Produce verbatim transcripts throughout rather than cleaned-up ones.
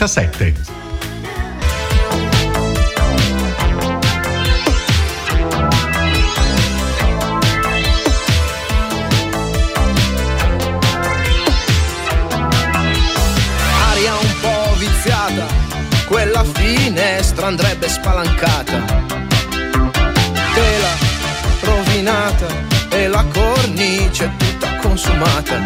sette. Aria un po' viziata, quella finestra andrebbe spalancata. Tela rovinata e la cornice tutta consumata.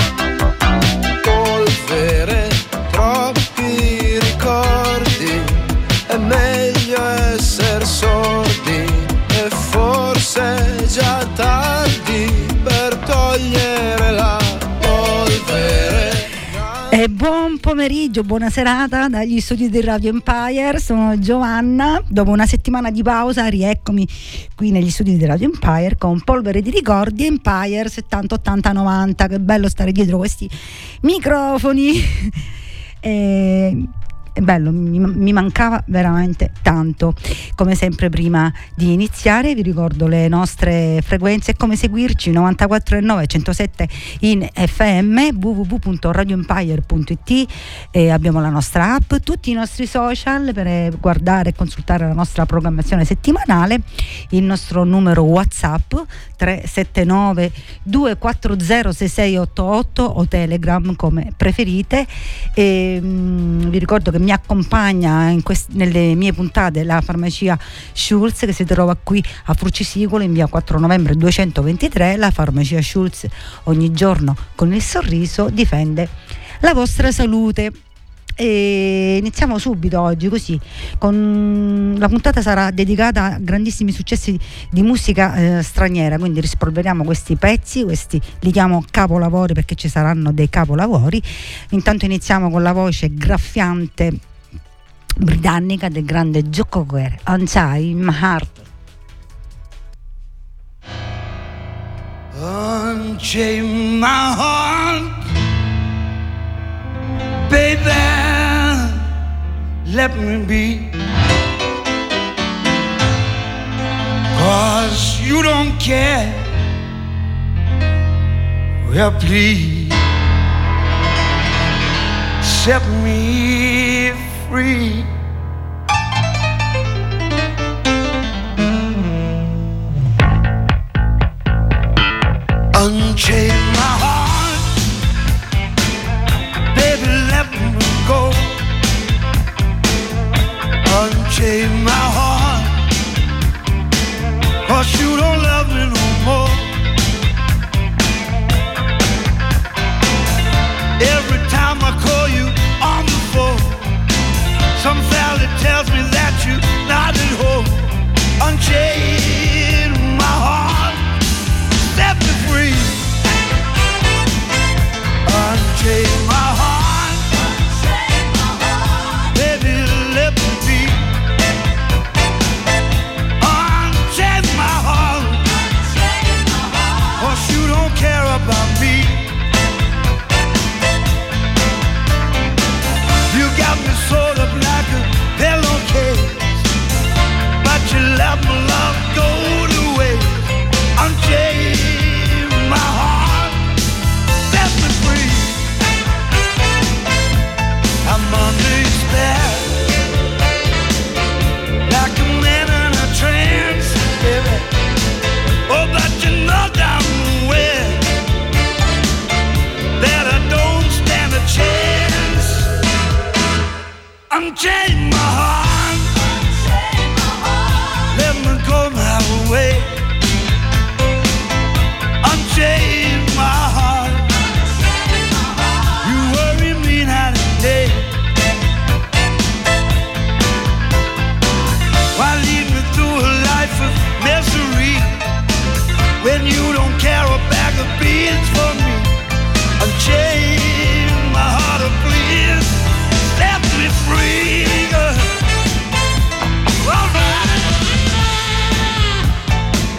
Polvere, troppi ricordi, è meglio essere sordi e forse è già tardi per togliere la polvere. E buon pomeriggio, buona serata dagli studi di Radio Empire. Sono Giovanna. Dopo una settimana di pausa rieccomi qui negli studi di Radio Empire con Polvere di ricordi Empire settanta ottanta novanta. Che bello stare dietro questi microfoni. e... È bello, mi, mi mancava veramente tanto. Come sempre, prima di iniziare vi ricordo le nostre frequenze e come seguirci: novantaquattro virgola nove centosette in F M, w w w punto radio empire punto i t, e abbiamo la nostra app, tutti i nostri social per guardare e consultare la nostra programmazione settimanale, il nostro numero WhatsApp tre sette nove due quattro zero sei sei otto otto o Telegram come preferite. E mh, vi ricordo che mi accompagna in quest- nelle mie puntate la farmacia Schulz, che si trova qui a Furcisicolo in via quattro novembre duecentoventitré. La farmacia Schulz ogni giorno con il sorriso difende la vostra salute. E iniziamo subito oggi così con la puntata sarà dedicata a grandissimi successi di musica eh, straniera, quindi rispolveriamo questi pezzi, questi li chiamo capolavori perché ci saranno dei capolavori. Intanto iniziamo con la voce graffiante britannica del grande Joe Cocker, Untie My Heart. Unchain my heart, baby, let me be, 'cause you don't care. Well, please set me free. Unchain my heart, baby, let me go. Unchain my heart, 'cause you don't love me no more. Every time I call you on the phone, some fella tells me that you're not at home. Unchain my heart, set me free. Unchain my heart, unchain my heart, baby, let me be. Unchain my heart, unchain my heart, 'cause you don't care about me. You got me sort of like a pillowcase, but you let my love go to waste. Unchain my heart, set me free. I'm under your spell, like a man in a trance, baby. Oh, but you know damn well that I don't stand a chance. Unchain my heart, unchain my heart, let me go my way. Unchain my heart, unchain my heart, you worry me night and day. Why lead me through a life of misery when you don't care a bag of beans for me? Unchain my heart, oh please, set me free, girl. All right.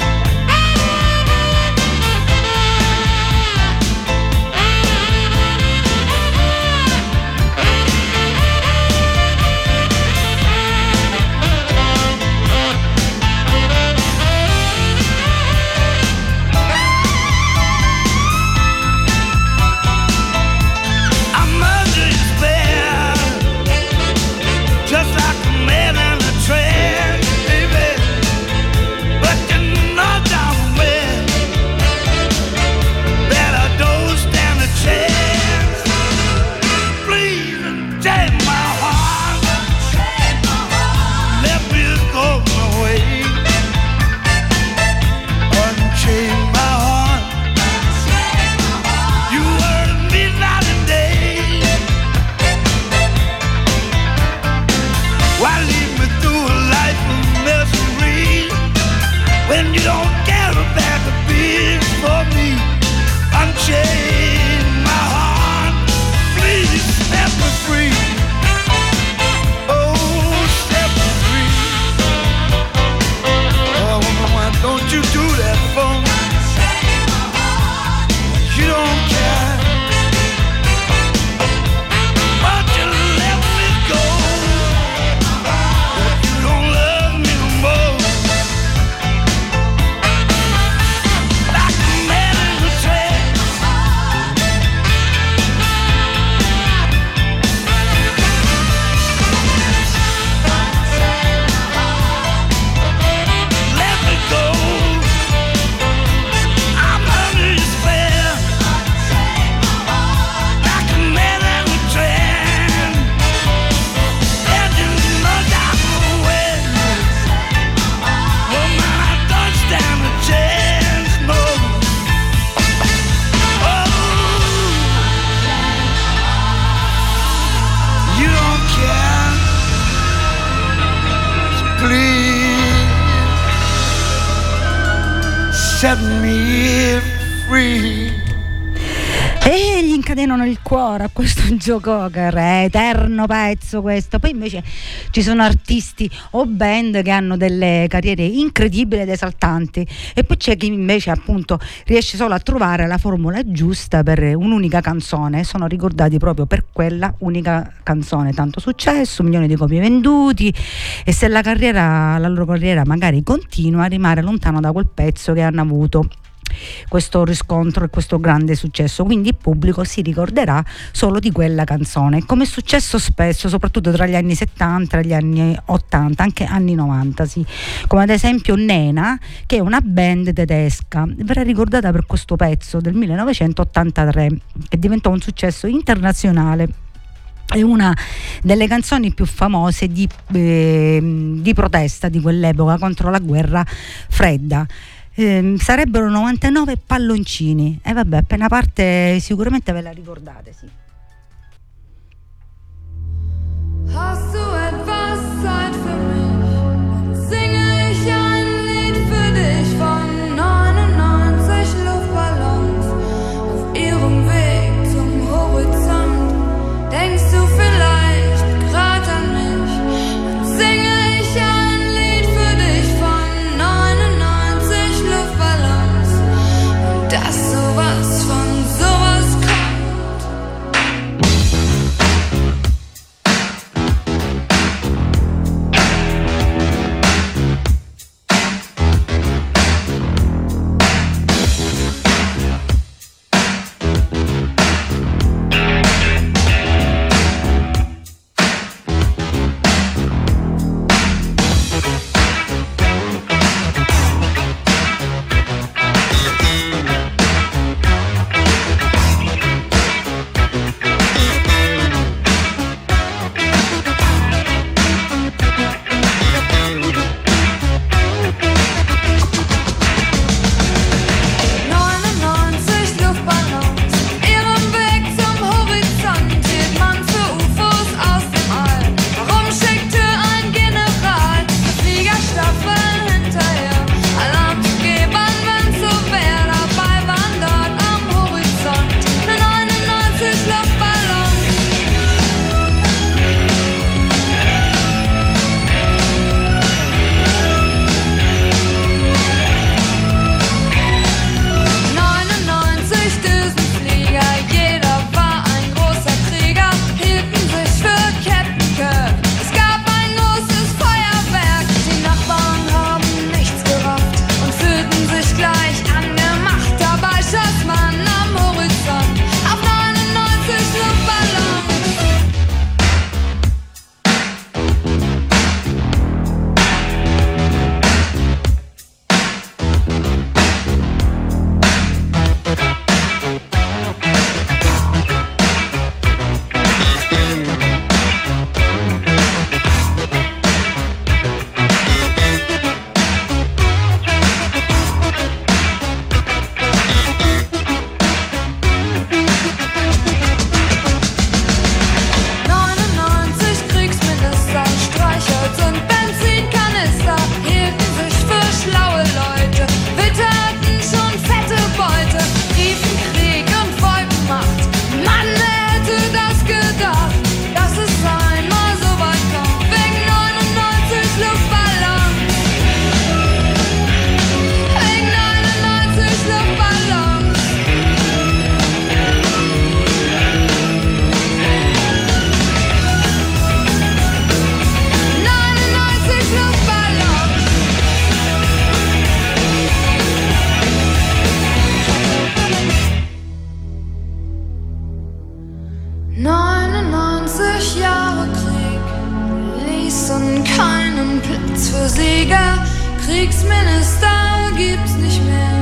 set me free. E gli incatenano il cuore a questo Joe Cocker, è eterno pezzo questo. Poi invece ci sono artisti o band che hanno delle carriere incredibili ed esaltanti, e poi c'è chi invece appunto riesce solo a trovare la formula giusta per un'unica canzone, sono ricordati proprio per quella unica canzone, tanto successo, milioni di copie venduti, e se la carriera, la loro carriera magari continua, rimane lontano da quel pezzo che hanno avuto questo riscontro e questo grande successo, quindi il pubblico si ricorderà solo di quella canzone, come è successo spesso soprattutto tra gli anni settanta e gli anni ottanta, anche anni novanta, sì. Come ad esempio Nena, che è una band tedesca, verrà ricordata per questo pezzo del millenovecentottantatré che diventò un successo internazionale. È una delle canzoni più famose di, eh, di protesta di quell'epoca contro la guerra fredda. Eh, sarebbero novantanove palloncini, e eh, vabbè, appena parte sicuramente ve la ricordate, sì. Hast du etwas Zeit für mich? Singe ich ein Lied für dich von neunundneunzig Luftballons auf ihrem Weg zum Horizont. Denkst du vielleicht grad an mich? Dann singe ich ein Lied für dich von neunundneunzig Luftballons und dass sowas von sowas kommt. neunundneunzig Jahre Krieg ließen keinen Platz für Sieger. Kriegsminister gibt's nicht mehr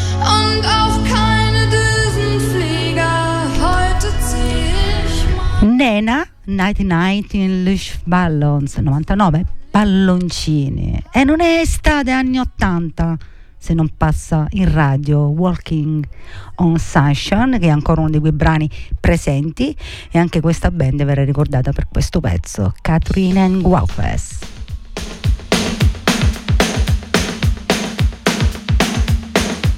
und auch keine Düsenflieger. Heute zieh ich mal Nena, novantanove Luftballons, novantanove palloncini. E non è estate anni ottanta se non passa in radio Walking on Sunshine, che è ancora uno di quei brani presenti, e anche questa band verrà ricordata per questo pezzo, Catherine and Waufes.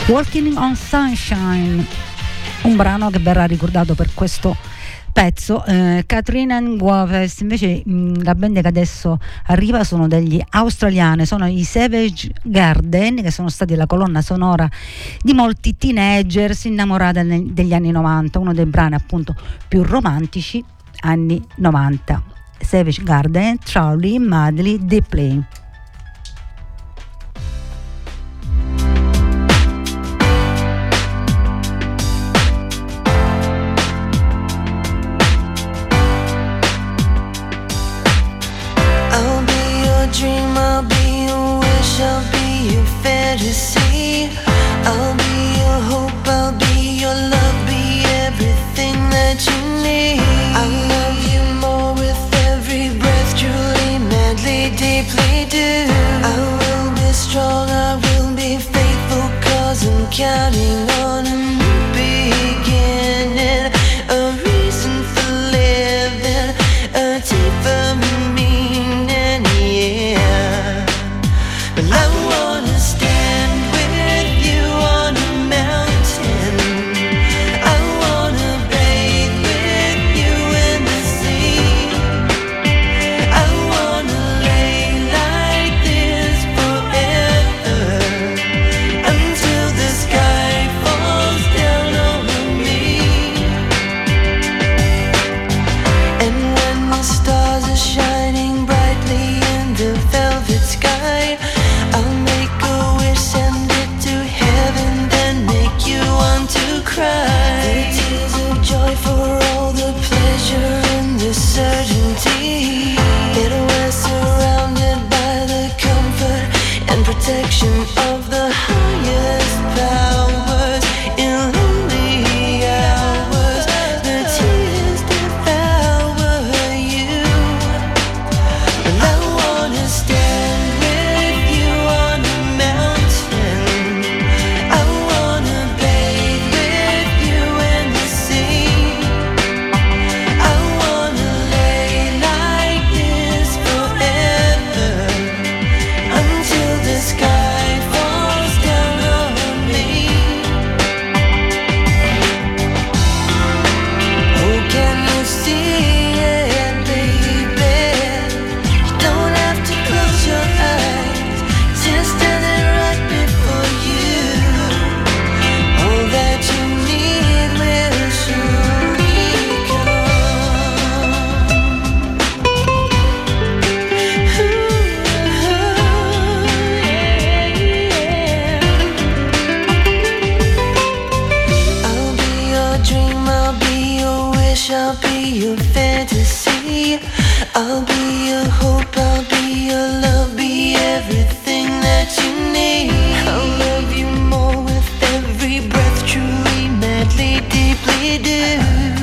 Walking on Sunshine, un brano che verrà ricordato per questo pezzo. eh, Catherine and Guaves invece, mh, la band che adesso arriva sono degli australiani, sono i Savage Garden, che sono stati la colonna sonora di molti teenagers innamorati ne- degli anni novanta, uno dei brani appunto più romantici anni novanta. Savage Garden, Charlie, Madly, The Play. Dream, I'll be your wish, I'll be your fantasy. I'll be your hope, I'll be your love, be everything that you need. I'll love you more with every breath, truly, madly, deeply do. I will be strong, I will be faithful, cause I'm counting on a new beginning, a reason for living, a deeper meaning. I wanna stand with you on a mountain. I wanna bathe with you in the sea. I wanna lay like this forever, until the sky falls down over me. And when the stars are shining brightly in the velvet sky, I'll make a wish, send it to heaven, then make you want to cry. The tears of joy for all the pleasure and the certainty that we're surrounded by the comfort and protection of the highest powers. In lonely hours, the tears devour you. And I wanna stand with you on a mountain. I wanna bathe with you in the sea. I wanna lay like this forever, until the sky falls down on me. Oh, can you see it, baby? You don't have to close your eyes, just standing right before you. All that you need will surely come. I'll be your dream, I'll be your wish, I'll be your fantasy. I'll be your hope, I'll be your love, be everything that you need. I'll love you more with every breath, truly, madly, deeply do.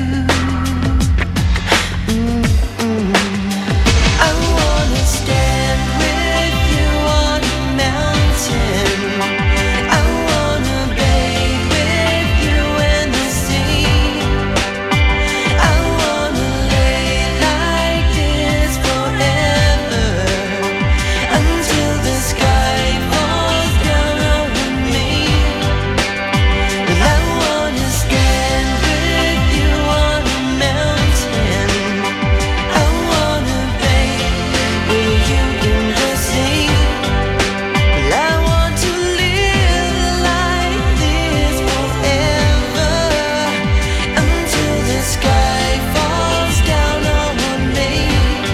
Mm-mm. I wanna stand with you on a mountain. I wanna bathe with you in the sea. I wanna lay like this forever, until the sky falls down over me. And I wanna stand with you on a mountain. I wanna bathe with you in the sea. Well, I want to live like this forever, until the sky falls down on me.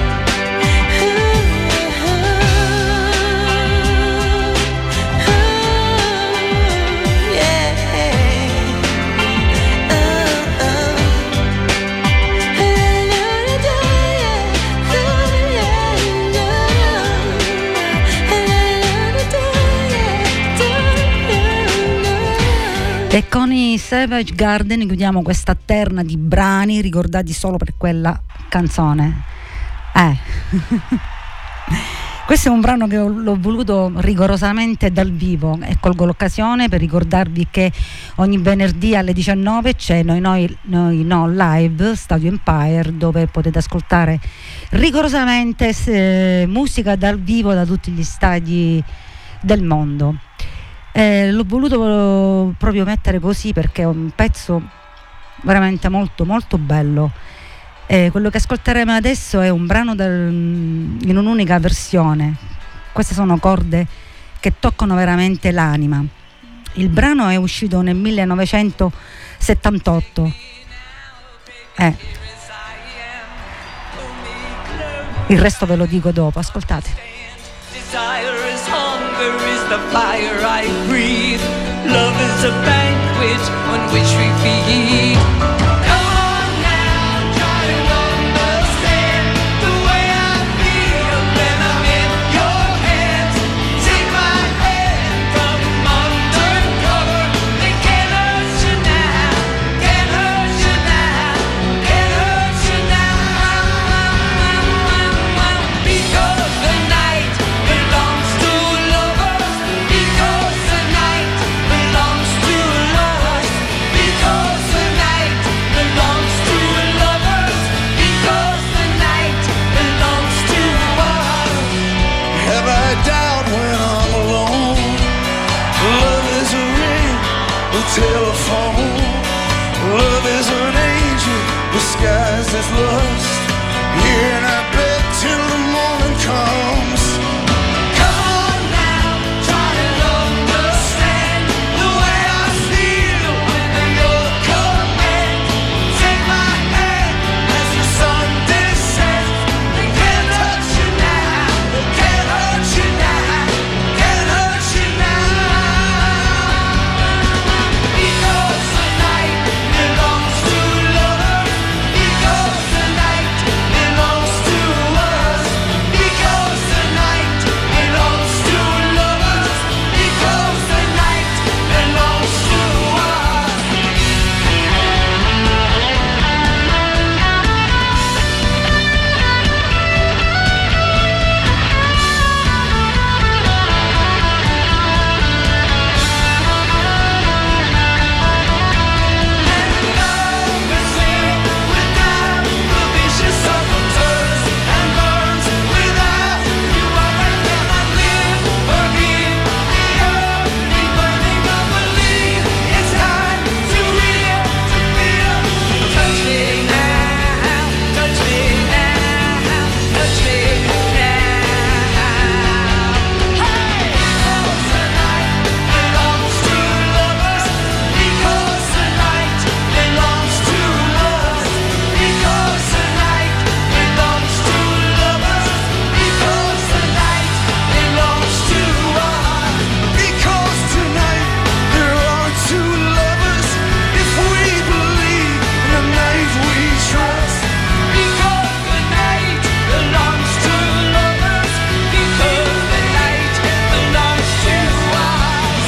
E con i Savage Garden chiudiamo questa terna di brani ricordati solo per quella canzone. Eh. Questo è un brano che ho- l'ho voluto rigorosamente dal vivo e colgo l'occasione per ricordarvi che ogni venerdì alle diciannove c'è Noi Noi, Noi No Live Stadio Empire, dove potete ascoltare rigorosamente se- musica dal vivo da tutti gli stadi del mondo. Eh, l'ho voluto proprio mettere così perché è un pezzo veramente molto molto bello. Eh, quello che ascolteremo adesso è un brano del, in un'unica versione. Queste sono corde che toccano veramente l'anima. Il brano è uscito nel millenovecentosettantotto. Eh. Il resto ve lo dico dopo, ascoltate. Desire is hunger, is the fire I breathe. Love is a banquet on which we feed. Come on now, try to understand the way I feel when I'm in your hands. Take my hand from undercover. They can't hurt you now, can't hurt you now, can't hurt you now. Because the night belongs to lovers, because the night belongs to lovers, because the night belongs to lovers, because the night belongs to us. Have I doubt when I'm alone? Love is a ring, a telephone. Love is an angel disguised as lust. Here in our bed till the morning comes. Come on now, try to understand the way I feel when you're command. Take my hand as the sun descends. They can't touch you now, they can't hurt you now, can't hurt you now. Because the night belongs to lovers, because the night belongs to us, because the night belongs to lovers, because the night belongs to us. Because tonight there are two lovers. If we believe in the night we trust. Because the night belongs to lovers, because the night belongs to us.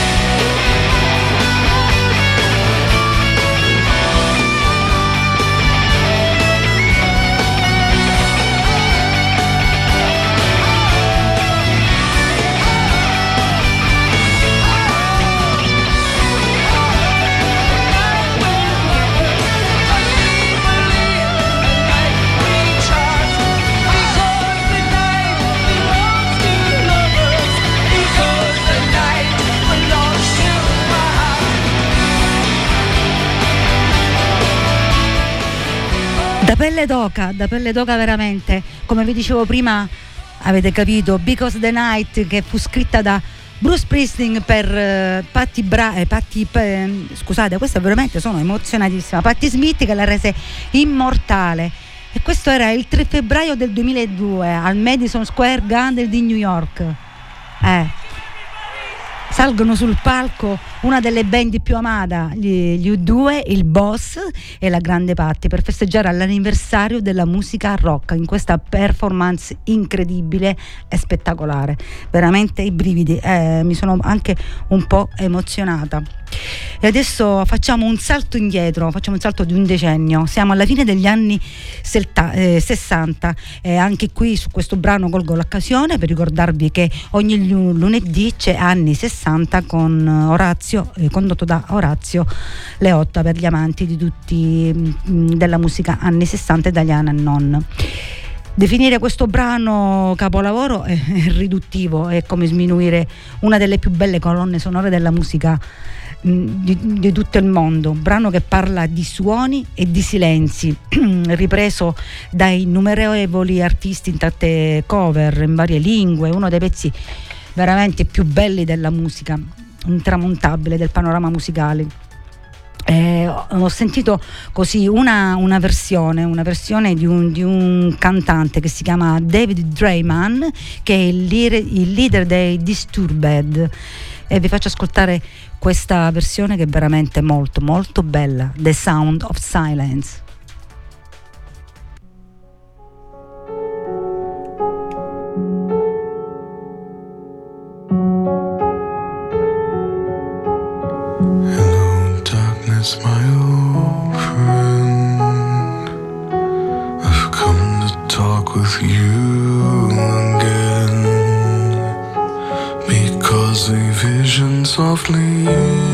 Da pelle d'oca, da pelle d'oca veramente, come vi dicevo prima, avete capito, Because the Night, che fu scritta da Bruce Springsteen per eh, Patti Bra- eh, Patti, eh, scusate, questa veramente sono emozionatissima, Patti Smith, che la rese immortale. E questo era il tre febbraio del duemiladue al Madison Square Garden di New York. Eh. Salgono sul palco una delle band più amata, gli, gli U due, il Boss e la Grande Patti, per festeggiare l'anniversario della musica rock in questa performance incredibile e spettacolare. Veramente i brividi, eh, mi sono anche un po' emozionata. E adesso facciamo un salto indietro, facciamo un salto di un decennio. Siamo alla fine degli anni selta, eh, sessanta e anche qui su questo brano colgo l'occasione per ricordarvi che ogni lunedì c'è Anni sessanta con Orazio, eh, condotto da Orazio Leotta, per gli amanti di tutti mh, della musica anni sessanta italiana e non. Definire questo brano capolavoro è, è riduttivo, è come sminuire una delle più belle colonne sonore della musica mh, di, di tutto il mondo. Un brano che parla di suoni e di silenzi, ripreso dai innumerevoli artisti in tante cover in varie lingue, uno dei pezzi veramente più belli della musica, intramontabile del panorama musicale. Eh, ho sentito così una, una versione una versione di un, di un cantante che si chiama David Draiman, che è il, leader, il leader dei Disturbed, e vi faccio ascoltare questa versione che è veramente molto molto bella, The Sound of Silence. My old friend, I've come to talk with you again, because a vision softly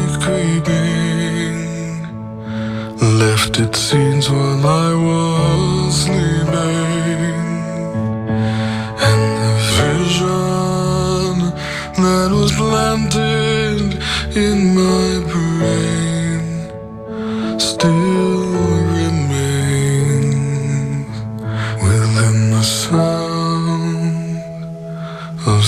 creeping left its scenes while I was sleeping, and the vision that was planted in my brain still remains within the sound of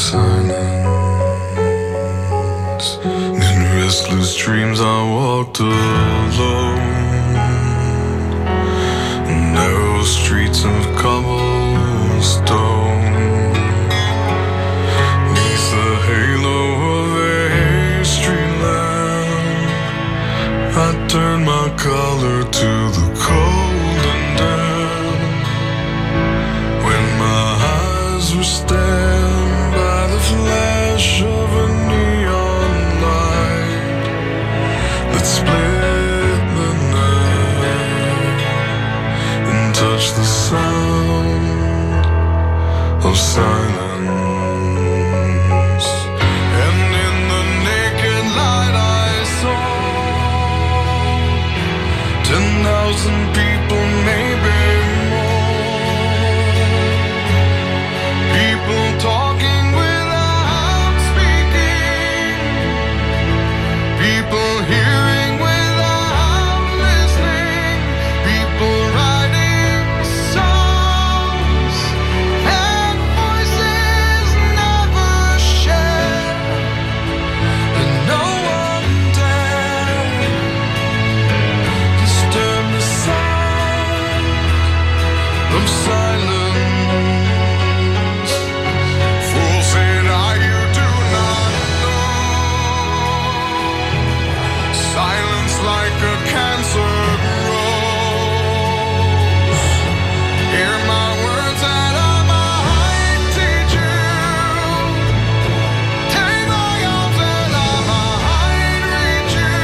silence. In restless dreams I walked alone, narrow streets of cobblestone, neath the halo of a street lamp I turned my collar to the cold and damp, when my eyes were stabbed by the flash of a neon light that split the night and touched the sound of silence. And in the naked light I saw ten thousand people, maybe more. People talking without speaking. People hearing without listening. People writing songs and voices never shared. And no one dared disturb the sound of silence. Fool said I, you do not know. Silence like a cancer grows. Hear my words that I might teach you. Take my arms that I might reach you.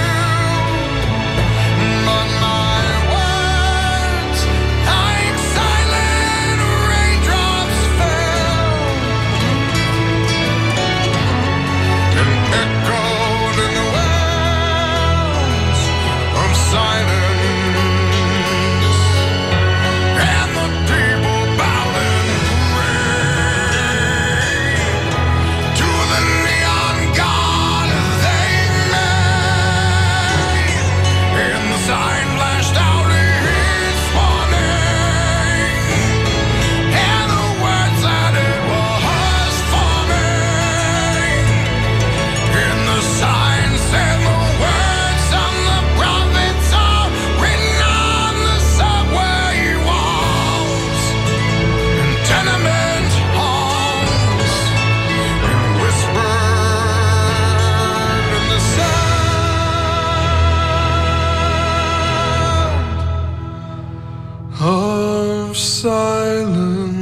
But my words, like silent raindrops, fell and echoed in the wells of silence. And the people bowed and prayed to the neon god they made. And the sign flashed out its warning, and the words that it was forming. And the sign said the words of the prophets are written on the subway walls and tenement halls, and whispered in the sound of silence.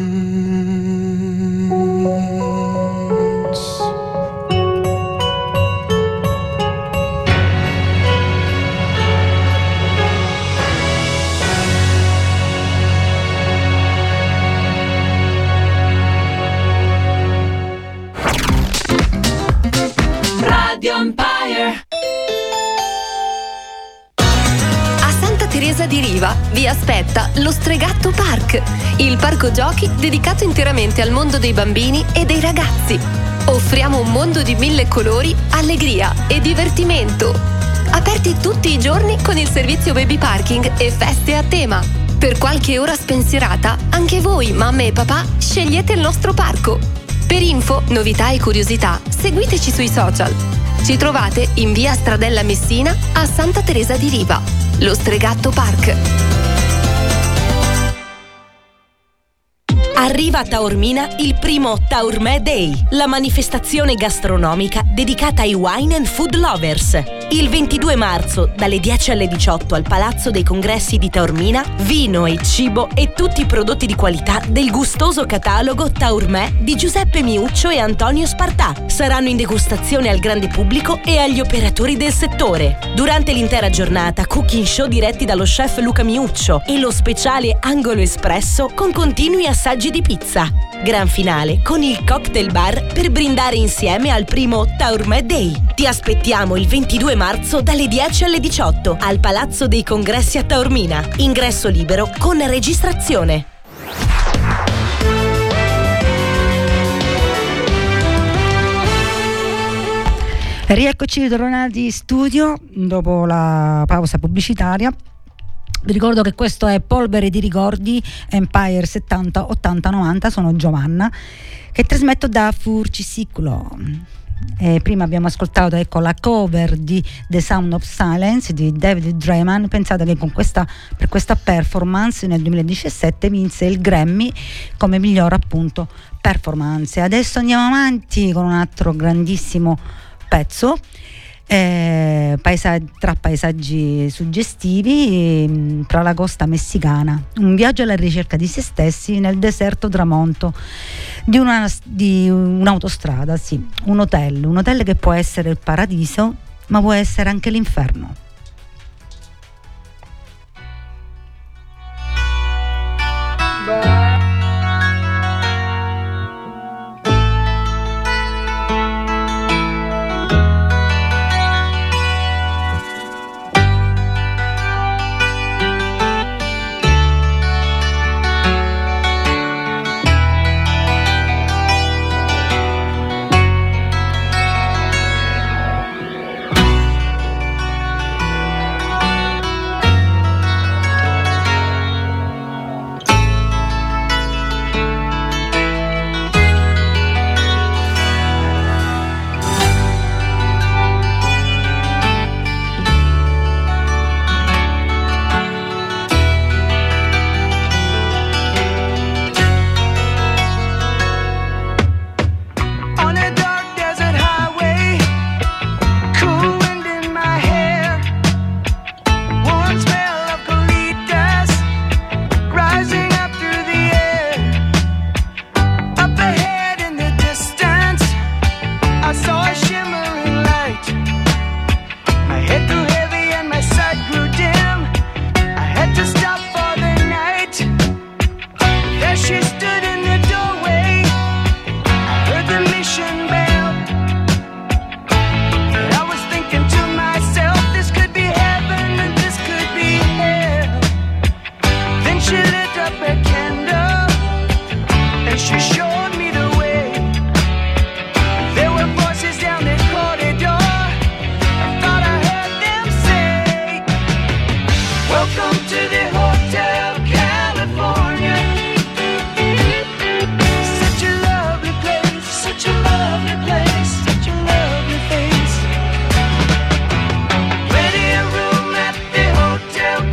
Radio Empire. A Santa Teresa Teresa di Riva vi aspetta lo Stregatto Park, il parco giochi dedicato interamente al mondo dei bambini e dei ragazzi. Offriamo un mondo di mille colori, allegria e divertimento. Aperti tutti i giorni con il servizio baby parking e feste a tema. Per qualche ora spensierata, anche voi, mamme e papà, scegliete il nostro parco. Per info, novità e curiosità, seguiteci sui social. Ci trovate in via Stradella Messina a Santa Teresa di Riva. Lo Stregatto Park. Arriva a Taormina il primo Taormè Day, la manifestazione gastronomica dedicata ai wine and food lovers. Il ventidue marzo, dalle dieci alle diciotto al Palazzo dei Congressi di Taormina, vino e cibo e tutti i prodotti di qualità del gustoso catalogo Taormè di Giuseppe Miuccio e Antonio Spartà saranno in degustazione al grande pubblico e agli operatori del settore. Durante l'intera giornata, cooking show diretti dallo chef Luca Miuccio e lo speciale Angolo Espresso con continui assaggi di pizza. Gran finale con il cocktail bar per brindare insieme al primo Taormè Day. Ti aspettiamo il ventidue marzo dalle dieci alle diciotto al Palazzo dei Congressi a Taormina. Ingresso libero con registrazione. Rieccoci tornati in studio dopo la pausa pubblicitaria. Vi ricordo che questo è Polvere di ricordi Empire settanta ottanta novanta, sono Giovanna che trasmetto da Furcisicolo. Eh, prima abbiamo ascoltato, ecco, la cover di The Sound of Silence di David Draiman. Pensate che con questa, per questa performance nel duemiladiciassette vinse il Grammy come miglior appunto performance. Adesso andiamo avanti con un altro grandissimo pezzo. Eh, paesaggi, tra paesaggi suggestivi eh, tra la costa messicana, un viaggio alla ricerca di se stessi nel deserto tramonto di, una, di un'autostrada, sì, un hotel, un hotel che può essere il paradiso ma può essere anche l'inferno.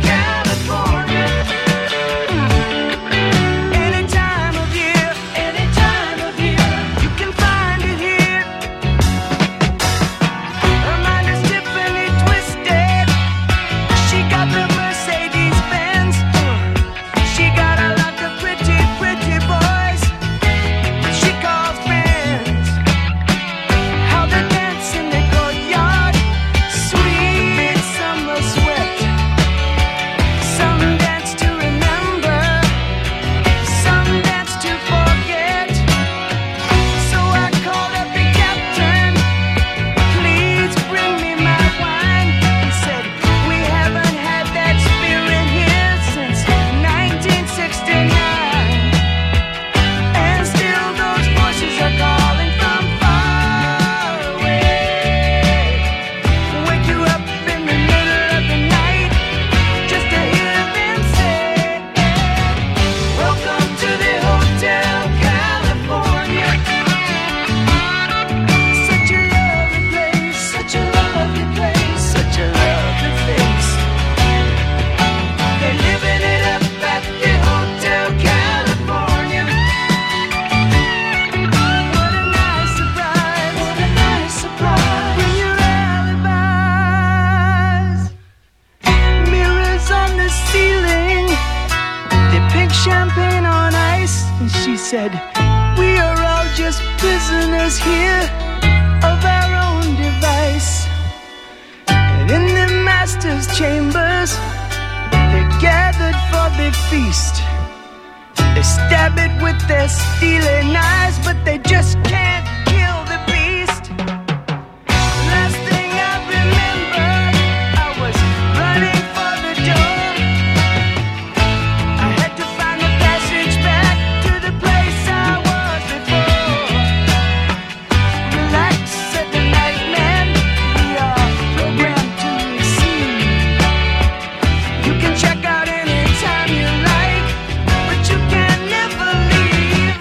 Any time of year, any said, we are all just prisoners here of our own device. And in the master's chambers, they gathered for the feast. They stab it with their steely knives, but they just can't kill the beast. Last thing I remember, I was running for the door. I had to find the passage back to the place I was before. Relax, said the night man, we are programmed to receive. You can check out anytime you like, but you can never leave.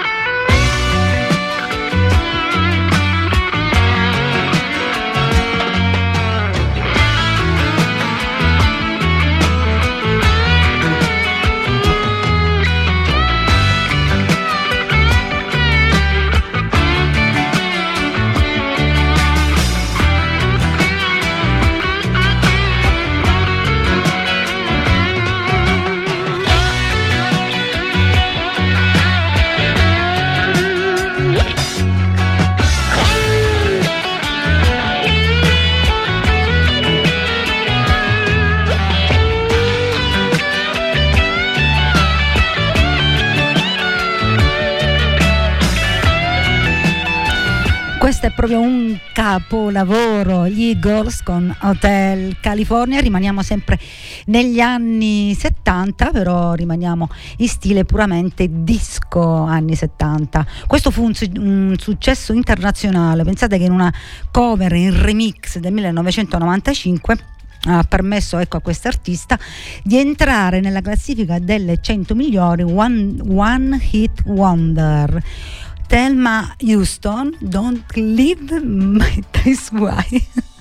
Questo è proprio un capolavoro, gli Eagles con Hotel California. Rimaniamo sempre negli anni settanta, però rimaniamo in stile puramente disco anni settanta. Questo fu un, su- un successo internazionale. Pensate che in una cover in remix del millenovecentonovantacinque ha permesso, ecco, a quest'artista di entrare nella classifica delle cento migliori One, one Hit Wonder. Thelma Houston, Don't Live Me This Way.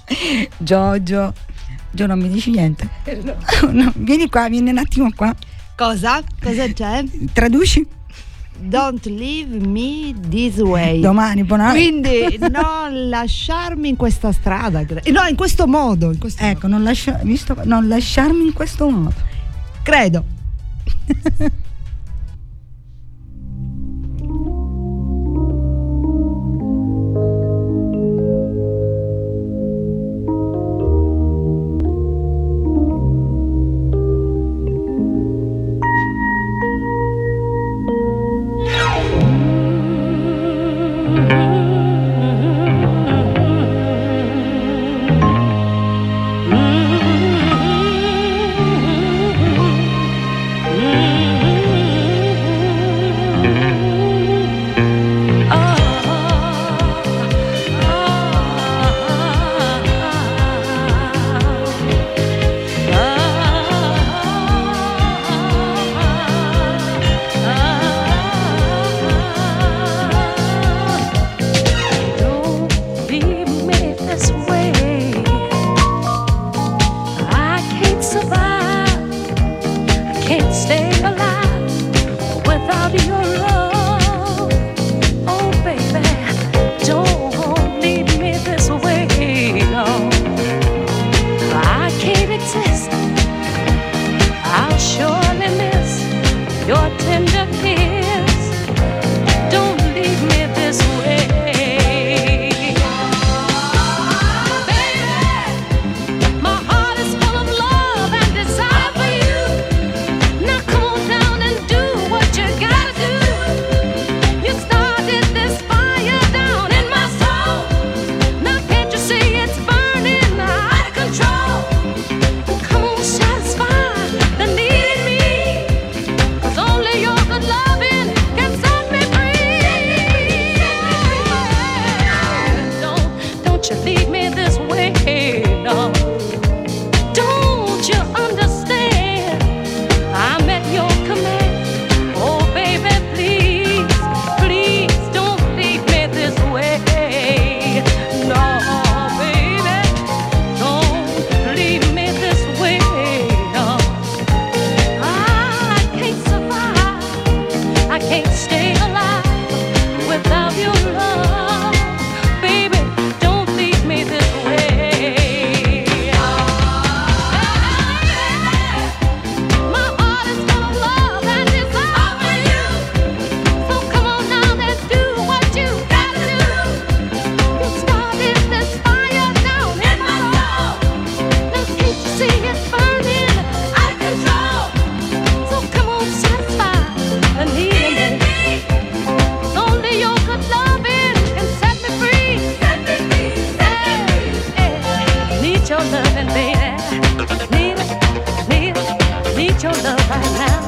Giorgio, Gio, non mi dici niente? No. No, vieni qua, vieni un attimo qua. Cosa? Cosa c'è? Traduci? Don't leave me this way. Domani, buona. Quindi non lasciarmi in questa strada. No, in questo modo. In questo ecco, modo. Non, lascia, visto, non lasciarmi in questo modo. Credo. Satisfy the need in me, 'cause only your good loving love right now.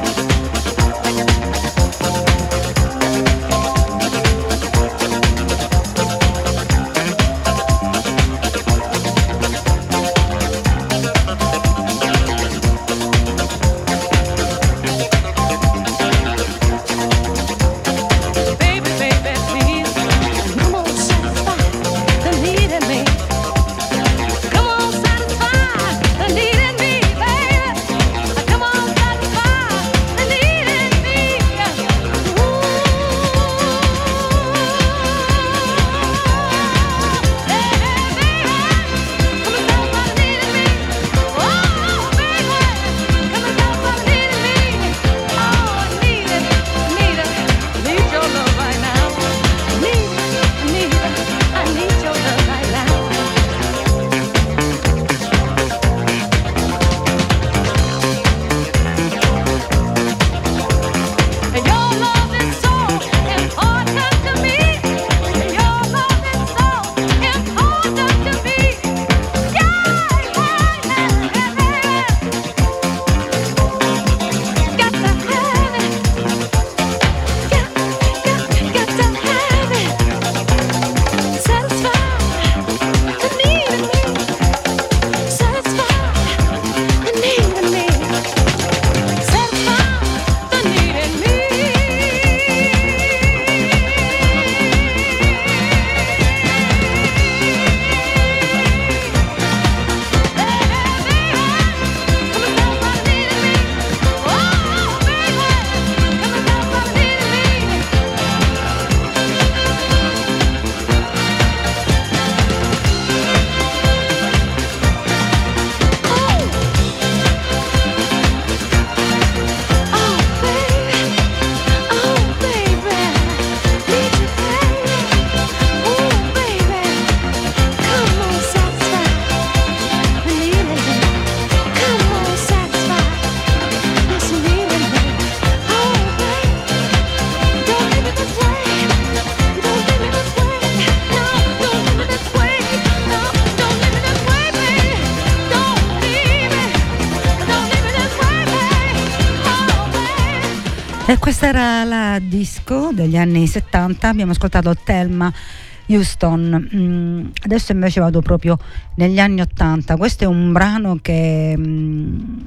E questa era la disco degli anni settanta, abbiamo ascoltato Thelma Houston. Mm, adesso invece vado proprio negli anni ottanta. Questo è un brano che mm,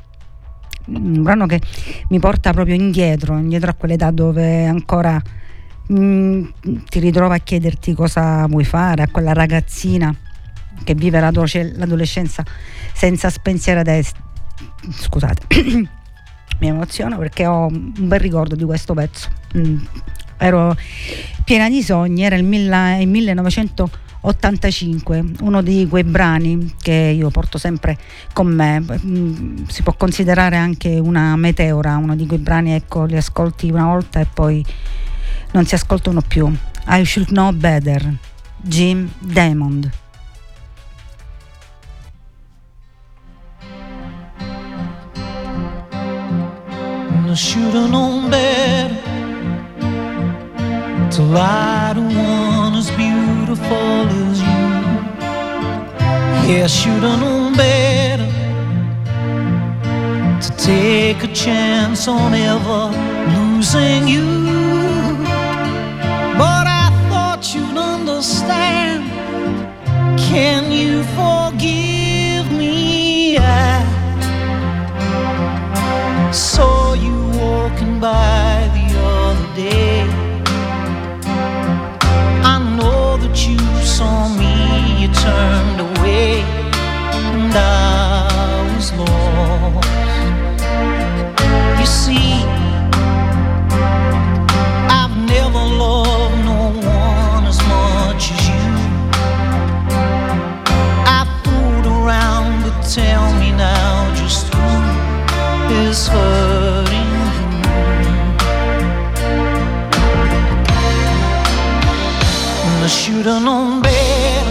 un brano che mi porta proprio indietro, indietro a quell'età dove ancora mm, ti ritrova a chiederti cosa vuoi fare, a quella ragazzina che vive l'adolescenza senza spensieratezza. Scusate. Mi emoziono perché ho un bel ricordo di questo pezzo. Mm. Ero piena di sogni, era il, mille, il millenovecentottantacinque, uno di quei brani che io porto sempre con me. Mm, si può considerare anche una meteora, uno di quei brani, ecco, li ascolti una volta e poi non si ascoltano più. I Should Know Better, Jim Diamond. I should've known better to lie to one as beautiful as you. Yeah, I should've known better to take a chance on ever losing you. But I thought you'd understand. Can you forgive me? I saw you walking by the other day. I know that you saw me, you turned away, and I was lost. You see, I've never loved no one as much as you. I fooled around, but tell me now just who is hurting you. And I should've known better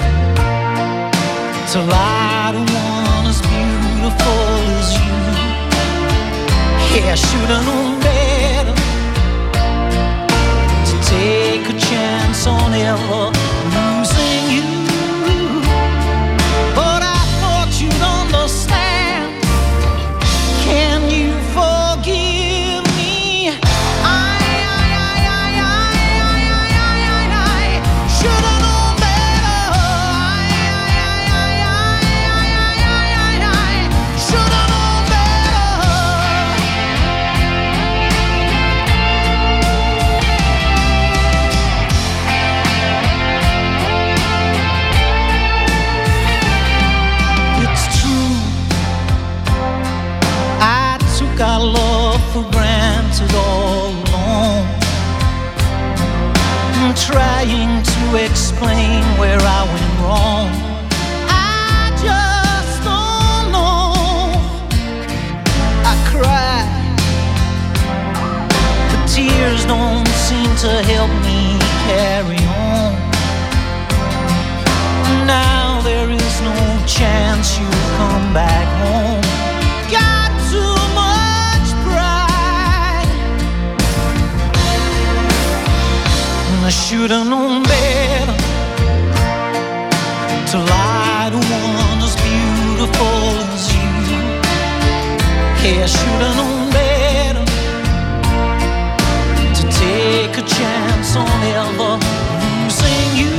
to lie to one as beautiful as you. Yeah, I should've known better to take a chance on ever losing you. But I thought you'd understand. Can you for granted all along. I'm trying to explain where I went wrong. I just don't know. I cry. The tears don't seem to help me carry on. Now there is no chance you come back home. Got too much pride. And I should've known better to lie to one as beautiful as you. Yeah, I should've known better to take a chance on ever losing you.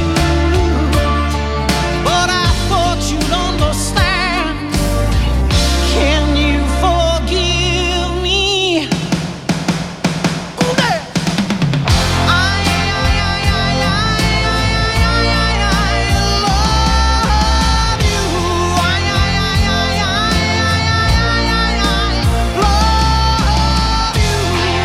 But I thought you'd understand. Can you forgive me? Ooh, there. I, I, I, I, I, I, I, I love you. I, I, I, I, I, I, I, I love you.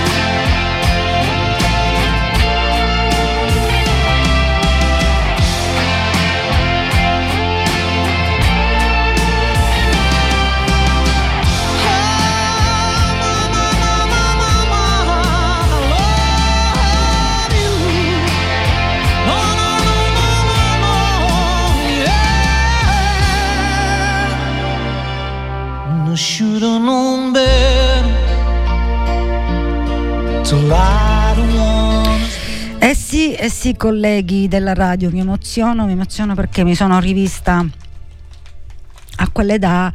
I should've known better to lie to one. Eh sì, eh sì, colleghi della radio, mi emoziono, mi emoziono perché mi sono rivista a quell'età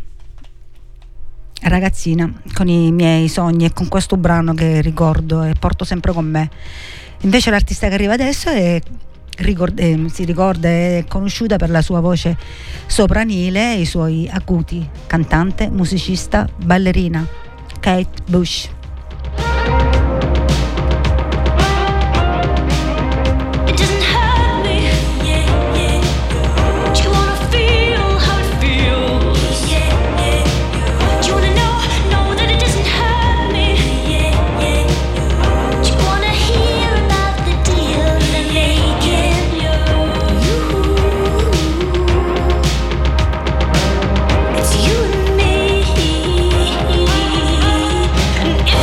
ragazzina con i miei sogni e con questo brano che ricordo e porto sempre con me. Invece l'artista che arriva adesso è ricord- eh, si ricorda, è conosciuta per la sua voce sopranile e i suoi acuti, cantante, musicista, ballerina, Kate Bush. It doesn't hurt me, yeah, yeah. Do you wanna feel how it feels? Yeah, yeah. Do you wanna know, know that it doesn't hurt me? Yeah, yeah. Do you wanna hear about the deal they're making? You, it's you and me. And if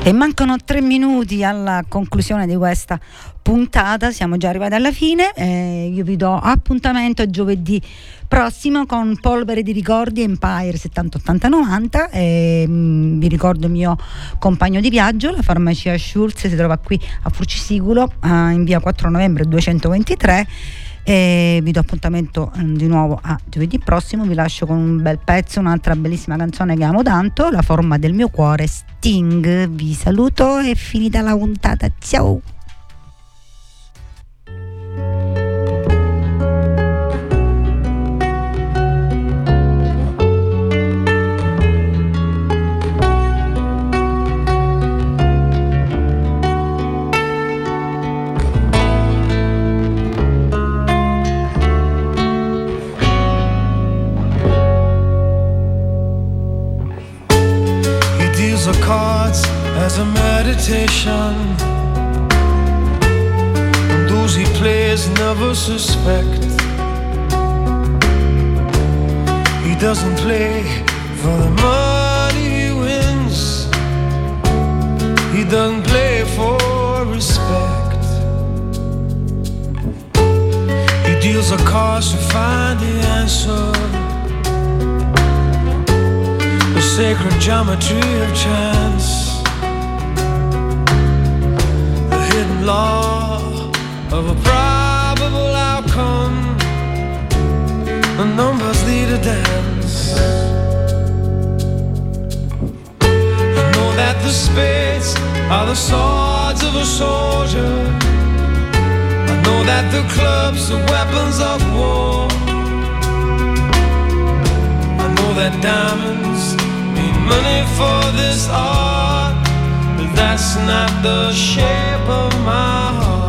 E mancano tre minuti alla conclusione di questa puntata, siamo già arrivati alla fine. Eh, io vi do appuntamento a giovedì prossimo con Polvere di Ricordi Empire settanta ottanta novanta. E, mh, vi ricordo il mio compagno di viaggio, la farmacia Schulz, si trova qui a Furcisicolo, eh, in via quattro novembre duecentoventitré. E vi do appuntamento eh, di nuovo a giovedì prossimo. Vi lascio con un bel pezzo, un'altra bellissima canzone che amo tanto, La forma del mio cuore, Sting. Vi saluto e finita la puntata, ciao. The cards as a meditation, and those he plays never suspect. He doesn't play for the money he wins, he doesn't play for respect. He deals the cards to find the answer, the sacred geometry of chance, the hidden law of a probable outcome. The numbers lead a dance. I know that the spades are the swords of a soldier, I know that the clubs are weapons of war, I know that diamonds money for this art, but that's not the shape of my heart.